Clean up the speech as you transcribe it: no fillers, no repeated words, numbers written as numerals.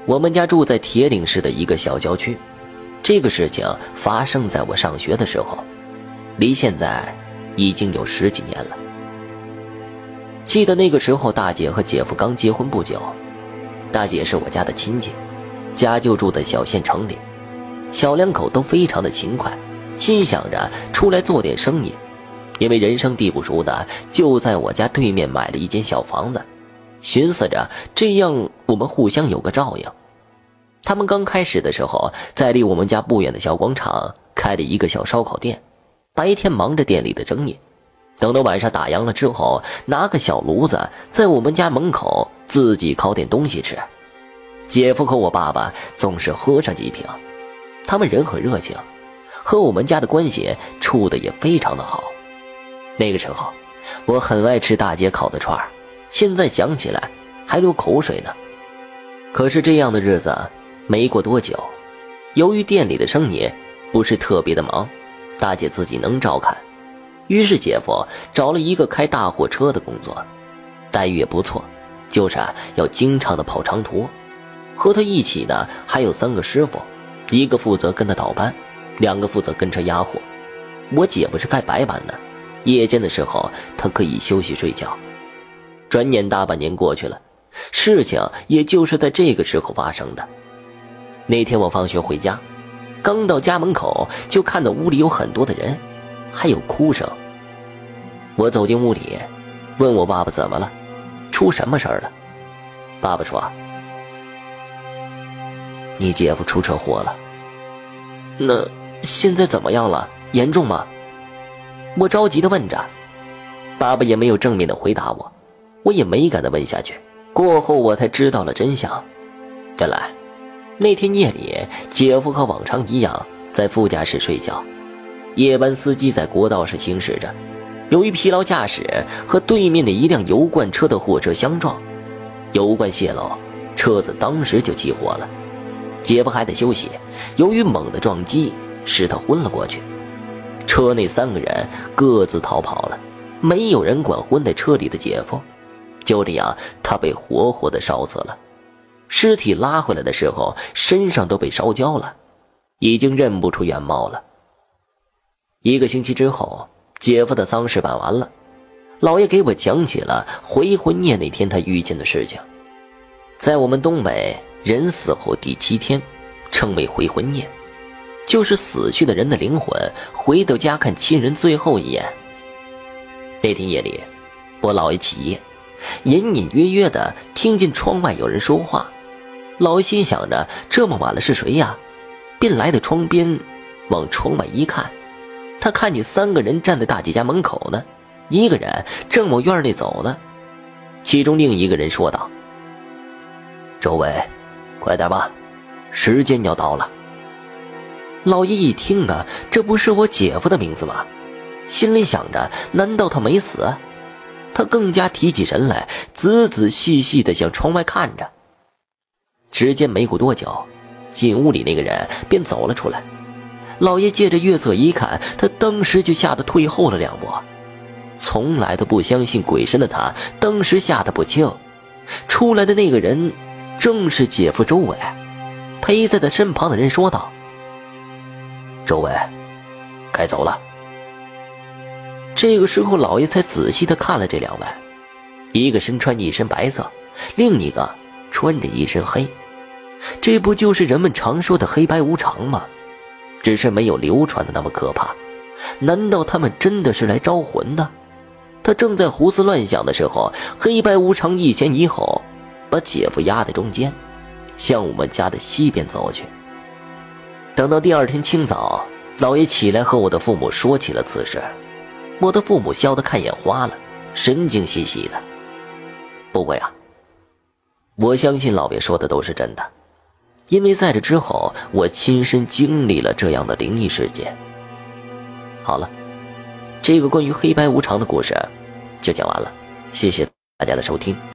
我们家住在铁岭市的一个小郊区，这个事情发生在我上学的时候，离现在已经有10几年了。记得那个时候，大姐和姐夫刚结婚不久。大姐是我家的亲戚，家就住在小县城里，小两口都非常的勤快，心想着出来做点生意。因为人生地不熟的，就在我家对面买了一间小房子，寻思着这样我们互相有个照应。他们刚开始的时候，在离我们家不远的小广场开了一个小烧烤店，白天忙着店里的生意，等到晚上打烊了之后，拿个小炉子在我们家门口自己烤点东西吃。姐夫和我爸爸总是喝上几瓶，他们人很热情，和我们家的关系处得也非常的好。那个时候我很爱吃大姐烤的串儿，现在想起来还流口水呢。可是这样的日子没过多久，由于店里的生意不是特别的忙，大姐自己能照看，于是姐夫找了一个开大货车的工作，待遇也不错，就是要经常的跑长途。和他一起的还有3个师傅，一个负责跟他倒班，2个负责跟车压货。我姐夫是开白班的，夜间的时候他可以休息睡觉。转眼大半年过去了，事情也就是在这个时候发生的。那天我放学回家，刚到家门口就看到屋里有很多的人，还有哭声。我走进屋里，问我爸爸怎么了，出什么事儿了。爸爸说，你姐夫出车祸了。那现在怎么样了？严重吗？我着急地问着。爸爸也没有正面的回答我，我也没敢再问下去。过后我才知道了真相。原来那天夜里，姐夫和往常一样在副驾驶睡觉，夜班司机在国道上行驶着，由于疲劳驾驶和对面的一辆油罐车的货车相撞，油罐泄漏，车子当时就起火了。姐夫还得休息，由于猛的撞击使他昏了过去。车内3个人各自逃跑了，没有人管昏在车里的姐夫。就这样，他被活活的烧死了。尸体拉回来的时候，身上都被烧焦了，已经认不出原貌了。1个星期之后，姐夫的丧事办完了，姥爷给我讲起了回魂夜那天他遇见的事情。在我们东北，人死后第7天称为回魂夜，就是死去的人的灵魂回到家看亲人最后一眼。那天夜里，我姥爷起夜，隐隐约约的听见窗外有人说话。姥爷心想着这么晚了是谁呀，便来到窗边，往窗外一看，他看见3个人站在大姐家门口呢，1个人正往院内走呢。其中另一个人说道，周伟，快点吧，时间要到了。老爷一听啊，这不是我姐夫的名字吗？心里想着，难道他没死？他更加提起神来，仔仔细细地向窗外看着。时间没过多久，进屋里那个人便走了出来。老爷借着月色一看，他当时就吓得退后了2步。从来都不相信鬼神的他，当时吓得不轻。出来的那个人正是姐夫周伟。陪在他身旁的人说道，周伟，该走了。这个时候老爷才仔细地看了这2位，一个身穿一身白色，另一个穿着一身黑。这不就是人们常说的黑白无常吗？只是没有流传的那么可怕。难道他们真的是来招魂的？他正在胡思乱想的时候，黑白无常一前一后把姐夫压在中间，向我们家的西边走去。等到第2天清早，老爷起来和我的父母说起了此事。我的父母笑得看眼花了，神经兮兮的。不过呀，我相信老爷说的都是真的，因为在这之后我亲身经历了这样的灵异事件。好了，这个关于黑白无常的故事就讲完了，谢谢大家的收听。